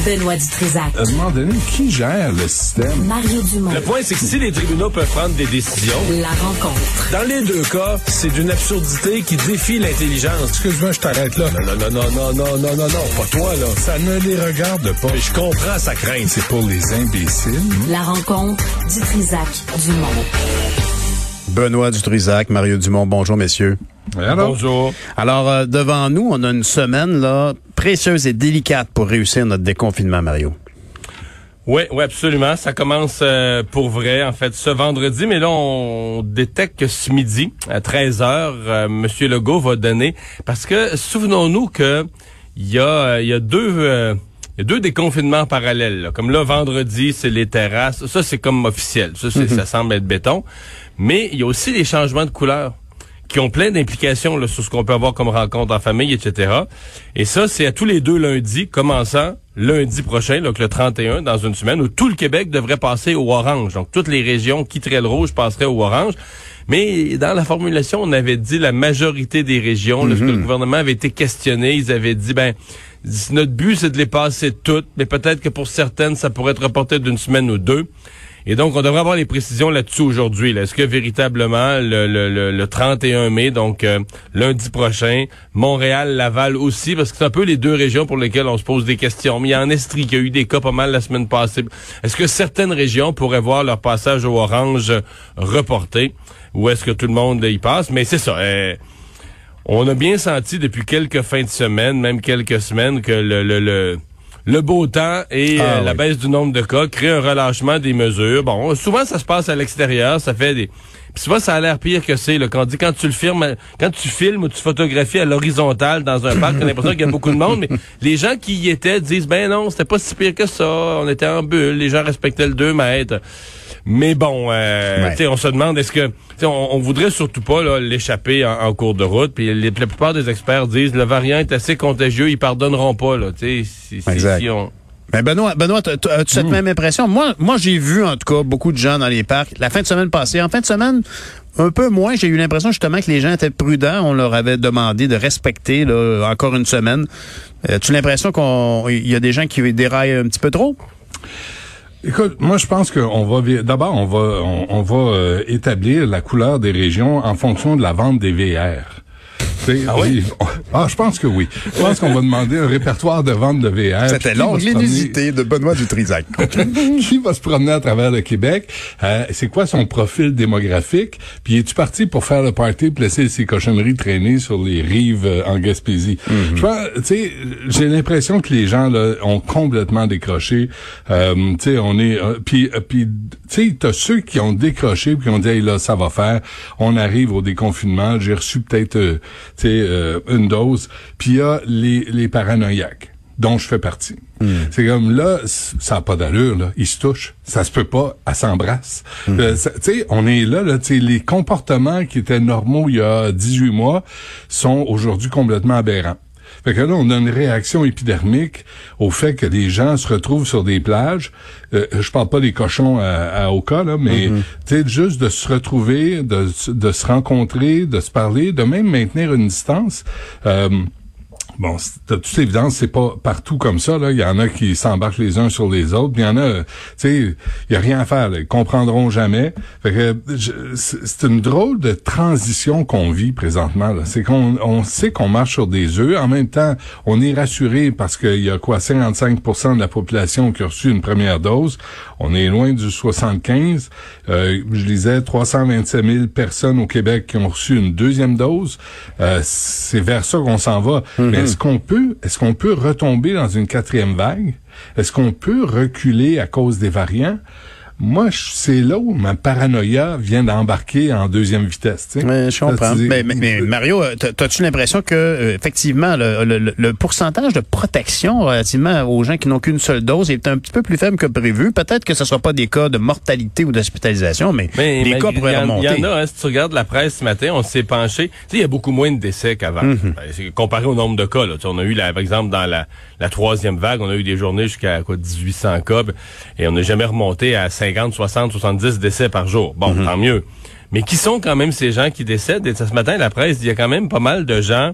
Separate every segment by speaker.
Speaker 1: Benoît Dutrisac.
Speaker 2: À un moment donné, qui gère le système?
Speaker 1: Mario Dumont.
Speaker 3: Le point, c'est que si les tribunaux peuvent prendre des décisions...
Speaker 1: La rencontre.
Speaker 3: Dans les deux cas, c'est d'une absurdité qui défie l'intelligence.
Speaker 2: Excuse-moi, je t'arrête là.
Speaker 3: Non, pas toi, là.
Speaker 2: Ça ne les regarde pas.
Speaker 3: Mais je comprends sa crainte.
Speaker 2: C'est pour les imbéciles.
Speaker 1: La rencontre Dutrisac-Dumont.
Speaker 4: Benoît Dutrisac, Mario Dumont, bonjour messieurs.
Speaker 2: Alors?
Speaker 3: Bonjour.
Speaker 4: Alors, devant nous, on a une semaine là précieuse et délicate pour réussir notre déconfinement, Mario.
Speaker 3: Oui, absolument. Ça commence pour vrai, en fait, ce vendredi. Mais là, on détecte que ce midi, à 13h, M. Legault va donner... Parce que, souvenons-nous que il y a deux déconfinements parallèles. Là. Comme là, vendredi, c'est les terrasses. Ça, c'est comme officiel. Ça semble être béton. Mais il y a aussi les changements de couleur qui ont plein d'implications là, sur ce qu'on peut avoir comme rencontre en famille, etc. Et ça, c'est à tous les deux lundis, commençant lundi prochain, donc le 31, dans une semaine, où tout le Québec devrait passer au orange. Donc, toutes les régions quitteraient le rouge, passeraient au orange. Mais dans la formulation, on avait dit la majorité des régions, lorsque le gouvernement avait été questionné, ils avaient dit, notre but, c'est de les passer toutes, mais peut-être que pour certaines, ça pourrait être reporté d'une semaine ou deux. Et donc, on devrait avoir les précisions là-dessus aujourd'hui. Là. Est-ce que véritablement, le 31 mai, donc lundi prochain, Montréal, Laval aussi, parce que c'est un peu les deux régions pour lesquelles on se pose des questions. Mais il y a en Estrie qui a eu des cas pas mal la semaine passée. Est-ce que certaines régions pourraient voir leur passage au orange reporté? Ou est-ce que tout le monde y passe? Mais c'est ça. On a bien senti depuis quelques fins de semaine, même quelques semaines, que le beau temps et la baisse du nombre de cas crée un relâchement des mesures. Bon, souvent ça se passe à l'extérieur, ça fait des... Puis souvent ça a l'air pire que c'est, là, quand tu filmes ou tu photographies à l'horizontale dans un parc, t'as l'impression qu'il y a beaucoup de monde, mais les gens qui y étaient disent, non, c'était pas si pire que ça, on était en bulle, les gens respectaient le 2 mètres. Mais bon, on se demande, est-ce que... On voudrait surtout pas là, l'échapper en cours de route. Puis la plupart des experts disent le variant est assez contagieux, ils pardonneront pas. Là,
Speaker 4: exact.
Speaker 3: Si on...
Speaker 4: Ben Benoît, as-tu cette même impression? Moi, j'ai vu en tout cas beaucoup de gens dans les parcs la fin de semaine passée. En fin de semaine, un peu moins, j'ai eu l'impression justement que les gens étaient prudents. On leur avait demandé de respecter là, encore une semaine. As-tu l'impression qu'il y a des gens qui déraillent un petit peu trop?
Speaker 2: Écoute, moi je pense qu'on va établir la couleur des régions en fonction de la vente des VR.
Speaker 4: Oui?
Speaker 2: Je pense que oui. Je pense qu'on va demander un répertoire de vente de VR.
Speaker 4: C'était l'ingéniosité de Benoît Dutrisac.
Speaker 2: Qui va se promener à travers le Québec? C'est quoi son profil démographique? Puis es-tu parti pour faire le party pour laisser ses cochonneries traîner sur les rives en Gaspésie? Je pense, j'ai l'impression que les gens là ont complètement décroché. On est puis t'as ceux qui ont décroché puis qui ont dit hey, là ça va faire. On arrive au déconfinement. J'ai reçu peut-être une dose. Puis il y a les paranoïaques, dont je fais partie. C'est comme là, ça a pas d'allure, là. Ils se touchent. Ça se peut pas, elles s'embrassent. On est là, les comportements qui étaient normaux il y a 18 mois sont aujourd'hui complètement aberrants. Fait que là, on a une réaction épidermique au fait que les gens se retrouvent sur des plages. Je parle pas des cochons à Oka, là, mais juste de se retrouver, de se rencontrer, de se parler, de même maintenir une distance. Bon, de toute évidence, c'est pas partout comme ça, là. Il y en a qui s'embarquent les uns sur les autres. Il y en a, il y a rien à faire, là. Ils comprendront jamais. Fait que, c'est une drôle de transition qu'on vit présentement, là. C'est qu'on sait qu'on marche sur des œufs. En même temps, on est rassuré parce qu'il y a 55% de la population qui a reçu une première dose. On est loin du 75. Je disais 327 000 personnes au Québec qui ont reçu une deuxième dose. C'est vers ça qu'on s'en va. Mais est-ce qu'on peut retomber dans une quatrième vague? Est-ce qu'on peut reculer à cause des variants? Moi, c'est là où ma paranoïa vient d'embarquer en deuxième vitesse. Tu sais.
Speaker 4: Je comprends. Mais Mario, t'as-tu l'impression que effectivement le pourcentage de protection relativement aux gens qui n'ont qu'une seule dose est un petit peu plus faible que prévu? Peut-être que ce ne sera pas des cas de mortalité ou d'hospitalisation, mais les cas pourraient remonter.
Speaker 3: Il y en a, si tu regardes la presse ce matin, on s'est penché. Tu sais, il y a beaucoup moins de décès qu'avant. Comparé au nombre de cas, là. On a eu, par exemple, dans la troisième vague, on a eu des journées jusqu'à 1800 cas, et on n'a jamais remonté à 50, 60, 70 décès par jour. Bon, tant mieux. Mais qui sont quand même ces gens qui décèdent? Et ce matin, la presse, il y a quand même pas mal de gens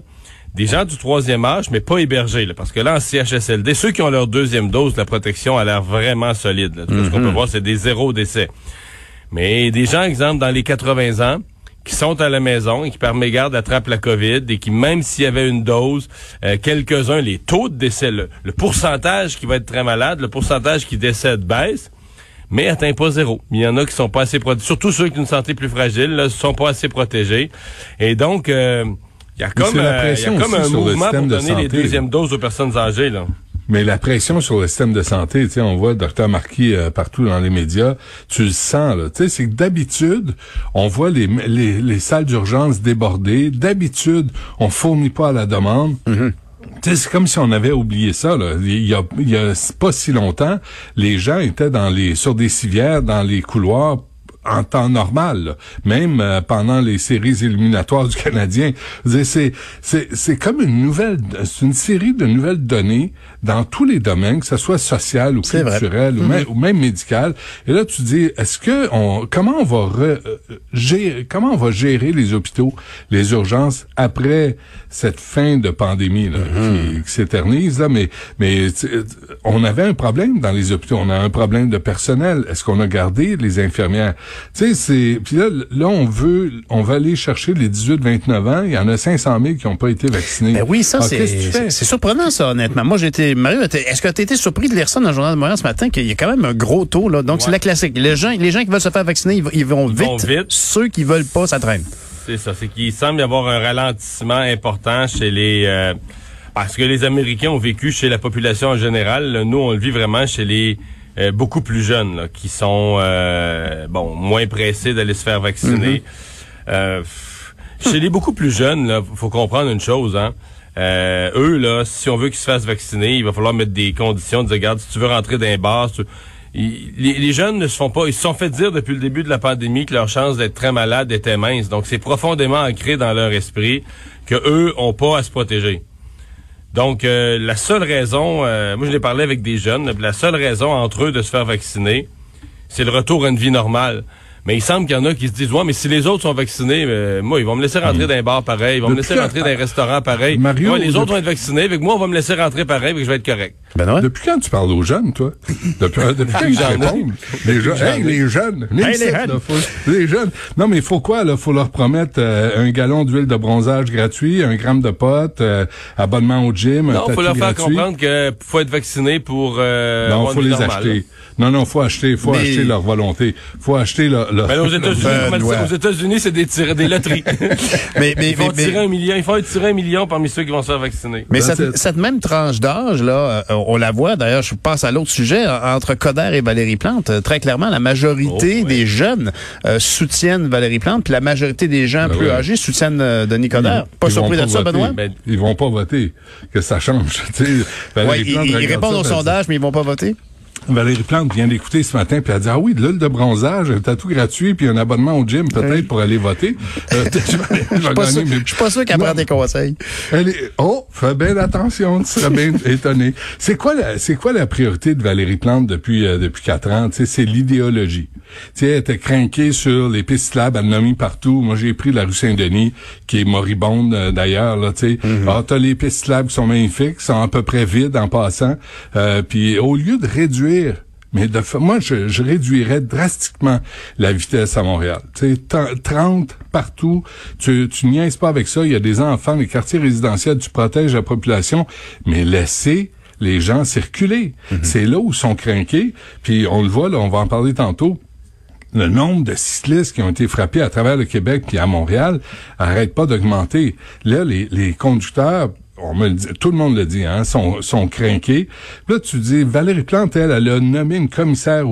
Speaker 3: des gens du 3e âge, mais pas hébergés, là, parce que là, en CHSLD, ceux qui ont leur 2e dose, la protection a l'air vraiment solide. Là. Tout ce qu'on peut voir, c'est des 0 décès. Mais des gens, exemple, dans les 80 ans, qui sont à la maison et qui, par mégarde, attrapent la COVID et qui, même s'il y avait une dose, quelques-uns, les taux de décès, le pourcentage qui va être très malade, le pourcentage qui décède baisse, mais atteint pas 0. Il y en a qui sont pas assez protégés, surtout ceux qui ont une santé plus fragile, là, sont pas assez protégés. Et donc, il y a comme un mouvement pour donner les 2e doses aux personnes âgées, là.
Speaker 2: Mais la pression sur le système de santé, tu sais, on voit Dr Marquis partout dans les médias, tu le sens, là. Tu sais, c'est que d'habitude, on voit les salles d'urgence débordées. D'habitude, on fournit pas à la demande. Tu sais, c'est comme si on avait oublié ça, là. Il y a pas si longtemps, les gens étaient sur des civières, dans les couloirs, en temps normal, là. Même pendant les séries éliminatoires du Canadien. C'est comme c'est une série de nouvelles données dans tous les domaines, que ce soit social ou culturel ou même médical. Et là, tu dis, comment on va gérer les hôpitaux, les urgences après cette fin de pandémie là, qui s'éternise là, mais on avait un problème dans les hôpitaux, on a un problème de personnel. Est-ce qu'on a gardé les infirmières? Tu sais, puis là on va aller chercher les 18-29 ans, il y en a 500 000 qui n'ont pas été vaccinés.
Speaker 4: Ben oui, ça c'est surprenant ça, honnêtement. Moi Mario, est-ce que tu as été surpris de lire ça dans le Journal de Montréal ce matin, qu'il y a quand même un gros taux, là? Donc, c'est la classique. Les gens qui veulent se faire vacciner, ils vont vite. Ceux qui veulent pas, ça traîne.
Speaker 3: C'est ça. C'est qu'il semble y avoir un ralentissement important chez les... parce que les Américains ont vécu chez la population en général. Là, nous, on le vit vraiment chez les beaucoup plus jeunes, là, qui sont moins pressés d'aller se faire vacciner. Chez les beaucoup plus jeunes, là, faut comprendre une chose, hein. Eux, là, si on veut qu'ils se fassent vacciner, il va falloir mettre des conditions, de dire, regarde, si tu veux rentrer dans les bars, les jeunes ne se font pas, ils se sont fait dire depuis le début de la pandémie que leur chance d'être très malade était mince. Donc, c'est profondément ancré dans leur esprit que eux ont pas à se protéger. Donc, la seule raison, moi je l'ai parlé avec des jeunes, la seule raison entre eux de se faire vacciner, c'est le retour à une vie normale. Mais il semble qu'il y en a qui se disent, ouais, mais si les autres sont vaccinés, moi, ils vont me laisser rentrer dans les bars pareil, ils vont me laisser rentrer dans les restaurants pareil. Mario, les autres vont être vaccinés, avec moi, on va me laisser rentrer pareil, que je vais être correct.
Speaker 2: Ben ouais. Depuis quand tu parles aux jeunes, toi? Depuis quand tu réponds? Les jeunes. Les jeunes. Non, mais il faut quoi, là? Faut leur promettre un gallon d'huile de bronzage gratuit, 1 gramme de pot, abonnement au gym,
Speaker 3: non, faut leur faire comprendre que faut être vacciné pour
Speaker 2: non, faut les acheter. Non, faut acheter leur volonté. Faut acheter
Speaker 3: Ben, aux États-Unis, c'est des loteries. Ils vont tirer 1 million. Il faut tirer 1 million parmi ceux qui vont se faire vacciner.
Speaker 4: Mais cette même tranche d'âge, là, on la voit. D'ailleurs, je passe à l'autre sujet, entre Coder et Valérie Plante. Très clairement, la majorité des jeunes soutiennent Valérie Plante, puis la majorité des gens plus âgés soutiennent Denis Coder. Pas surpris de ça, Benoît?
Speaker 2: Ils vont pas voter. Que ça change.
Speaker 4: Ils répondent au sondage, mais ils vont pas voter.
Speaker 2: Valérie Plante vient d'écouter ce matin, puis elle dit, ah oui, de l'huile de bronzage, un tatou gratuit, puis un abonnement au gym, peut-être, pour aller voter.
Speaker 4: Je suis pas sûr qu'elle prend des conseils.
Speaker 2: Fais bien attention, tu serais bien étonné. C'est quoi la priorité de Valérie Plante depuis 4 ans? Tu sais, c'est l'idéologie. Tu sais, elle était crinquée sur les pistes labs, elle l'a mis partout. Moi, j'ai pris la rue Saint-Denis, qui est moribonde, d'ailleurs, là, tu sais. T'as les pistes labs qui sont magnifiques, qui sont à peu près vides en passant. Puis au lieu de réduire, mais moi, je réduirais drastiquement la vitesse à Montréal. Tu sais, 30 partout, tu niaises pas avec ça. Il y a des enfants, les quartiers résidentiels, tu protèges la population, mais laissez les gens circuler. C'est là où ils sont crinqués. Puis on le voit, là, on va en parler tantôt. Le nombre de cyclistes qui ont été frappés à travers le Québec puis à Montréal arrête pas d'augmenter. Là, les conducteurs, tout le monde le dit, hein, sont crinqués. Là, tu dis, Valérie Plante, elle a nommé une commissaire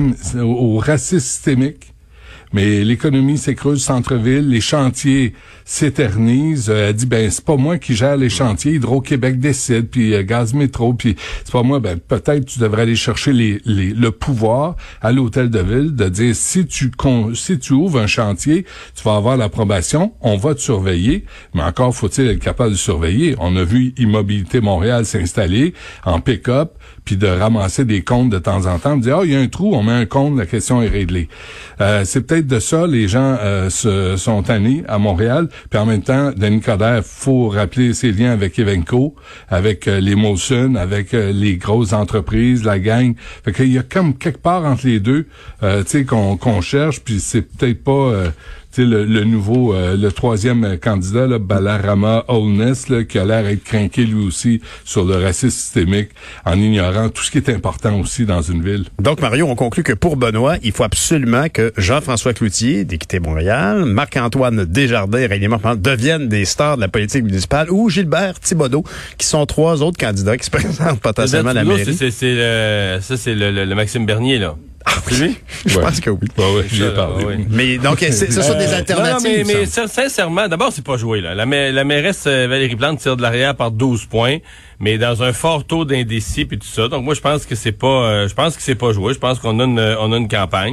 Speaker 2: au racisme systémique. Mais l'économie s'écroule, centre-ville, les chantiers s'éternisent. Elle dit, c'est pas moi qui gère les chantiers. Hydro-Québec décide, puis Gaz Métro, puis c'est pas moi. Peut-être tu devrais aller chercher le pouvoir à l'hôtel de ville de dire, si tu ouvres un chantier, tu vas avoir l'approbation, on va te surveiller. Mais encore faut-il être capable de surveiller. On a vu Immobilité Montréal s'installer en pick-up, puis de ramasser des comptes de temps en temps, de dire, il y a un trou, on met un compte, la question est réglée. C'est peut-être peut-être de ça, les gens sont tannés à Montréal. Puis en même temps, Denis Coderre, faut rappeler ses liens avec Evenco, avec les Molson, avec les grosses entreprises, la gang. Fait qu'il y a comme quelque part entre les deux, tu sais, qu'on cherche. Puis c'est peut-être pas tu sais, le nouveau, le troisième candidat, là, Balarama Holness, là, qui a l'air d'être craqué lui aussi sur le racisme systémique, en ignorant tout ce qui est important aussi dans une ville.
Speaker 4: Donc, Mario, on conclut que pour Benoît, il faut absolument que Jean-François Cloutier, d'Équité Montréal, Marc-Antoine Desjardins et Régnier Marchand deviennent des stars de la politique municipale, ou Gilbert Thibodeau, qui sont trois autres candidats qui se présentent potentiellement à la mairie.
Speaker 3: C'est le Maxime Bernier, là.
Speaker 4: Ah oui, je pense que oui.
Speaker 2: Ouais, j'y ai parlé.
Speaker 3: Oui.
Speaker 4: Mais donc, ce sont des alternatives.
Speaker 3: Non, mais sincèrement, d'abord, c'est pas joué, là. La mairesse Valérie Plante tire de l'arrière par 12 points, mais dans un fort taux d'indécis puis tout ça. Donc, moi, je pense que c'est pas joué. Je pense qu'on a une campagne.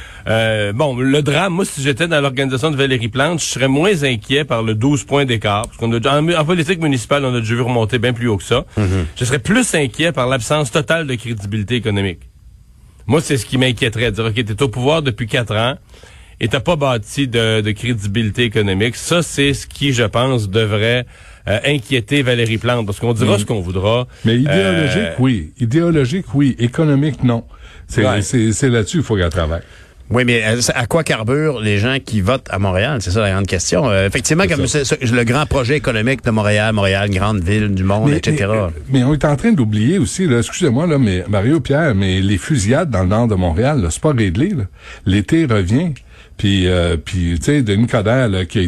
Speaker 3: Bon, le drame, moi, si j'étais dans l'organisation de Valérie Plante, je serais moins inquiet par le 12 points d'écart. Parce qu'on a, en politique municipale, on a déjà vu remonter bien plus haut que ça. Mm-hmm. Je serais plus inquiet par l'absence totale de crédibilité économique. Moi, c'est ce qui m'inquiéterait. Dire, OK, t'es au pouvoir depuis 4 ans et t'as pas bâti de crédibilité économique. Ça, c'est ce qui, je pense, devrait inquiéter Valérie Plante. Parce qu'on dira ce qu'on voudra.
Speaker 2: Mais idéologique, oui. Idéologique, oui. Économique, non. C'est là-dessus qu'il faut qu'elle travaille.
Speaker 4: Oui, mais à quoi carburent les gens qui votent à Montréal? C'est ça la grande question. Effectivement, comme le grand projet économique de Montréal, grande ville du monde, etc.
Speaker 2: Mais on est en train d'oublier aussi, là, excusez-moi, là, mais Mario, Pierre, mais les fusillades dans le nord de Montréal, là, c'est pas réglé, là. L'été revient. Puis tu sais, Denis Coderre, là, qui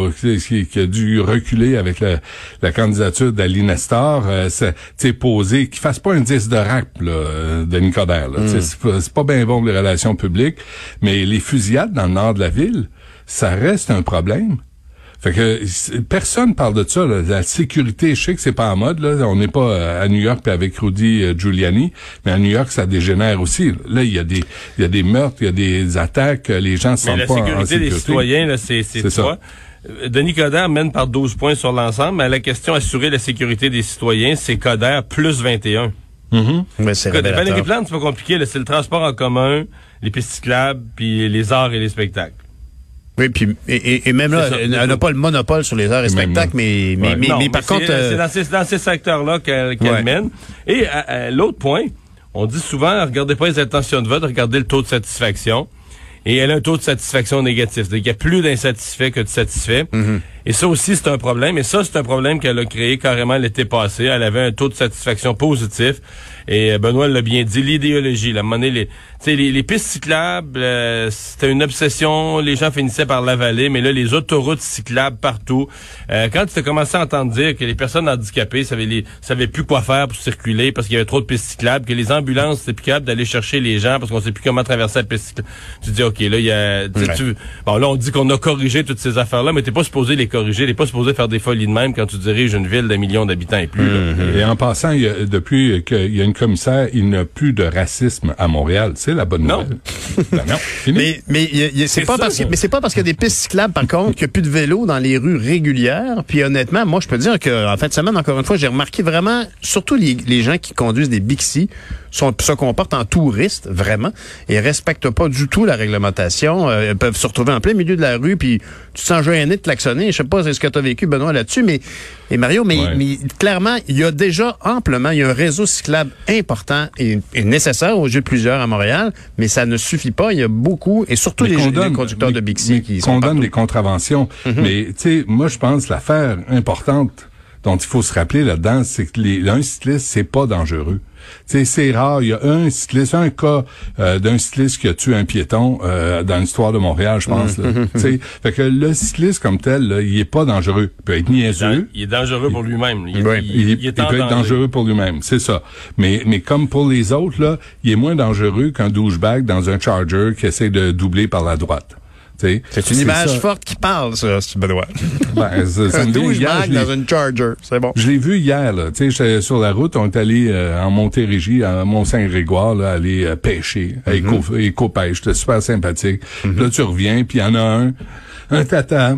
Speaker 2: a dû reculer avec la candidature d'Ali Nestor, tu sais, posé, qu'il fasse pas un 10 de rap, là, Denis Coderre, là. C'est pas bien bon pour les relations publiques, mais les fusillades dans le nord de la ville, ça reste un problème. Fait que personne parle de ça, là. La sécurité, je sais que c'est pas en mode, là. On n'est pas à New York puis avec Rudy Giuliani, mais à New York, ça dégénère aussi. Là, il y a des meurtres, il y a des attaques, les gens se sentent pas en sécurité.
Speaker 3: La sécurité des citoyens, là, c'est ça. Denis Coderre mène par 12 points sur l'ensemble, mais la question assurer la sécurité des citoyens, c'est Coderre plus 21.
Speaker 2: Mm-hmm.
Speaker 4: Mais c'est révélateur.
Speaker 3: Valérie Plante, c'est pas compliqué, là. C'est le transport en commun, les pistes cyclables, puis les arts et les spectacles.
Speaker 4: Oui, puis et même là, elle n'a pas le monopole sur les arts et spectacles, mais par contre...
Speaker 3: C'est dans ces secteurs-là qu'elle mène. Et l'autre point, on dit souvent, regardez pas les intentions de vote, regardez le taux de satisfaction. Et elle a un taux de satisfaction négatif. Donc, il y a plus d'insatisfaits que de satisfaits. Mm-hmm. Et ça aussi, c'est un problème. Et ça, c'est un problème qu'elle a créé carrément l'été passé. Elle avait un taux de satisfaction positif. Et Benoît l'a bien dit, l'idéologie, la monnaie, les pistes cyclables, c'était une obsession. Les gens finissaient par l'avaler. Mais là, les autoroutes cyclables partout. Quand tu as commencé à entendre dire que les personnes handicapées savaient plus quoi faire pour circuler parce qu'il y avait trop de pistes cyclables, que les ambulances étaient plus capables d'aller chercher les gens parce qu'on sait plus comment traverser la piste cyclable. Tu dis, OK, là, il y a, bon, là, on dit qu'on a corrigé toutes ces affaires-là, mais t'es pas supposé les corriger, t'es pas supposé faire des folies de même quand tu diriges une ville d'1 million d'habitants et plus.
Speaker 2: Mm-hmm. Et en passant, depuis qu'il y a une commissaire, il n'y a plus de racisme à Montréal. C'est la bonne nouvelle. Ben non, fini.
Speaker 4: Mais c'est pas parce qu'il y a des pistes cyclables, par contre, qu'il n'y a plus de vélos dans les rues régulières. Puis honnêtement, moi, je peux dire qu'en fin de semaine, encore une fois, j'ai remarqué vraiment, surtout les gens qui conduisent des Bixi, se comportent en touristes, vraiment, et respectent pas du tout la réglementation. Ils peuvent se retrouver en plein milieu de la rue, puis tu te sens gêné de klaxonner. Je sais pas ce que tu as vécu, Benoît, là-dessus, mais Mario, mais clairement, il y a déjà amplement, il y a un réseau cyclable important et nécessaire aux yeux de plusieurs à Montréal, mais ça ne suffit pas. Il y a beaucoup, et surtout les conducteurs de Bixi qui sont
Speaker 2: donne des contraventions. Mm-hmm. Mais, tu sais, moi, je pense que l'affaire importante dont il faut se rappeler là-dedans, c'est que un cycliste, c'est pas dangereux. T'sais, c'est rare. Il y a un cas d'un cycliste qui a tué un piéton dans l'histoire de Montréal, je pense. Fait que le cycliste comme tel, là, il est pas dangereux. Il peut être niaiseux.
Speaker 3: Il est dangereux pour lui-même.
Speaker 2: Il peut être dangereux pour lui-même, c'est ça. Mais comme pour les autres, là, il est moins dangereux qu'un douchebag dans un Charger qui essaie de doubler par la droite.
Speaker 4: C'est une image forte qui parle, ça, si tu me dois. Un douchebag dans une Charger, c'est bon.
Speaker 2: Je l'ai vu hier, là. Tu sais, j'étais sur la route, on est allé en Montérégie, à Mont-Saint-Grégoire, là, aller pêcher, à éco-pêche. C'était super sympathique. Là, tu reviens, puis il y en a un tata,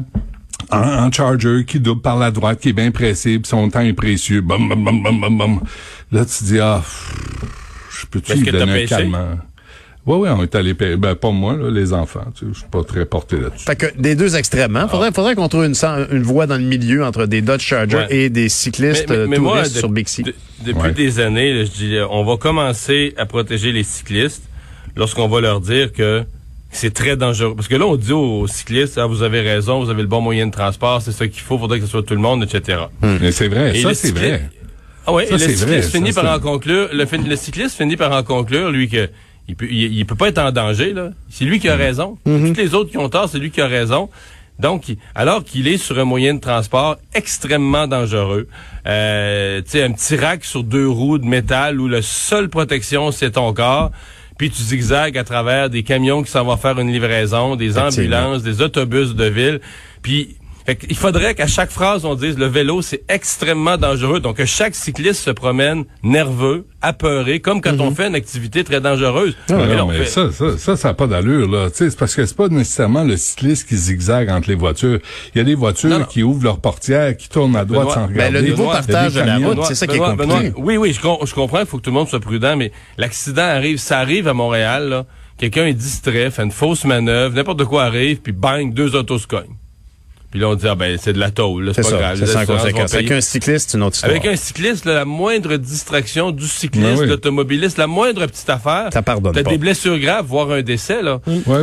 Speaker 2: en Charger, qui double par la droite, qui est bien pressé, puis son temps est précieux. Bum, bum, bum, bum, bum, bum. Là, tu dis, je peux-tu lui donner un calmant? Oui, on est allé payer. Ben, pas moi, là, les enfants. Tu sais, je suis pas très porté là-dessus.
Speaker 4: Fait que des deux extrêmes, hein? Faudrait qu'on trouve une voie dans le milieu entre des Dodge Charger et des cyclistes
Speaker 3: mais moi,
Speaker 4: touristes sur Bixi.
Speaker 3: Depuis des années, là, je dis, on va commencer à protéger les cyclistes lorsqu'on va leur dire que c'est très dangereux. Parce que là, on dit aux cyclistes, vous avez raison, vous avez le bon moyen de transport, c'est ça qu'il faut, faudrait que ce soit tout le monde, etc.
Speaker 2: Mais c'est vrai, ça c'est vrai.
Speaker 3: Ah oui, le cycliste finit par en conclure, le cycliste finit par en conclure, lui, que il peut pas être en danger, là. C'est lui qui a raison. Toutes les autres qui ont tort, c'est lui qui a raison. Donc, alors qu'il est sur un moyen de transport extrêmement dangereux, tu sais, un petit rack sur 2 roues de métal où la seule protection, c'est ton corps, puis tu zigzags à travers des camions qui s'en vont faire une livraison, des ambulances, des autobus de ville, puis il faudrait qu'à chaque phrase, on dise le vélo, c'est extrêmement dangereux. Donc, que chaque cycliste se promène nerveux, apeuré, comme quand on fait une activité très dangereuse.
Speaker 2: Mais ça n'a pas d'allure, là. Tu sais, c'est parce que c'est pas nécessairement le cycliste qui zigzague entre les voitures. Il y a des voitures qui ouvrent leurs portières, qui tournent à droite sans regarder.
Speaker 4: Le nouveau partage de la route, c'est ça qui est compliqué.
Speaker 3: Oui, je comprends, il faut que tout le monde soit prudent, mais l'accident ça arrive à Montréal, là. Quelqu'un est distrait, fait une fausse manœuvre, n'importe quoi arrive, puis bang, 2 autos se cognent. Puis là, on dit, c'est de la tôle, là, c'est pas grave.
Speaker 4: C'est sans conséquence. Avec un cycliste, c'est une autre histoire.
Speaker 3: Avec un cycliste, là, la moindre distraction du cycliste, de l'automobiliste, la moindre petite affaire, t'as des blessures graves, voire un décès, là.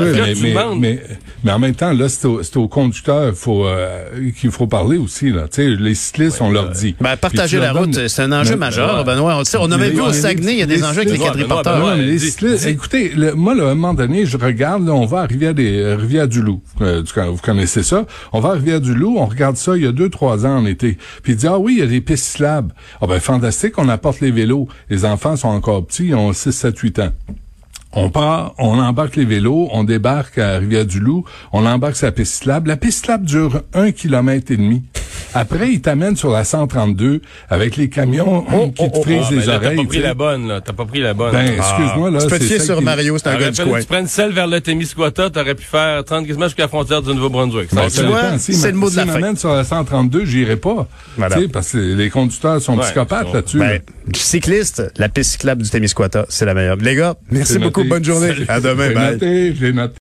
Speaker 2: Mais en même temps, là, c'est au conducteur qu'il faut parler aussi, là. Tu sais, les cyclistes, on leur dit.
Speaker 4: Partager la route, c'est un enjeu majeur, Benoît. On a même vu au Saguenay, il y a des enjeux avec les quadriporteurs.
Speaker 2: Les cyclistes, écoutez, moi, là, à un moment donné, je regarde, là, on va à Rivière-du-Loup. Vous connaissez ça. On va à Rivière-du-Loup, on regarde ça il y a 2-3 ans en été. Puis il dit, oui, il y a des pistes cyclables. Fantastique, on apporte les vélos. Les enfants sont encore petits, ils ont 6, 7, 8 ans. On part, on embarque les vélos, on débarque à Rivière-du-Loup, on embarque sa piste cyclable. La piste cyclable dure 1,5 km. Après, ils t'amènent sur la 132 avec les camions qui te frisent les oreilles.
Speaker 3: T'as pas pris la bonne, là. T'as pas pris la bonne.
Speaker 2: Excuse-moi, là.
Speaker 4: Tu peux te fier sur Mario, c'est un gars du coin.
Speaker 3: Tu prennes celle vers le Témiscouata, t'aurais pu faire 30 quasiment jusqu'à la frontière du Nouveau-Brunswick.
Speaker 4: Tu vois, c'est le mot de la fin.
Speaker 2: Si m'amène sur la 132, j'irai pas. Parce que les conducteurs sont psychopathes là-dessus.
Speaker 4: Cycliste, la piste cyclable du Témiscouata, c'est la meilleure. Les gars, merci beaucoup. Bonne journée. À demain. Bye.
Speaker 2: J'ai noté.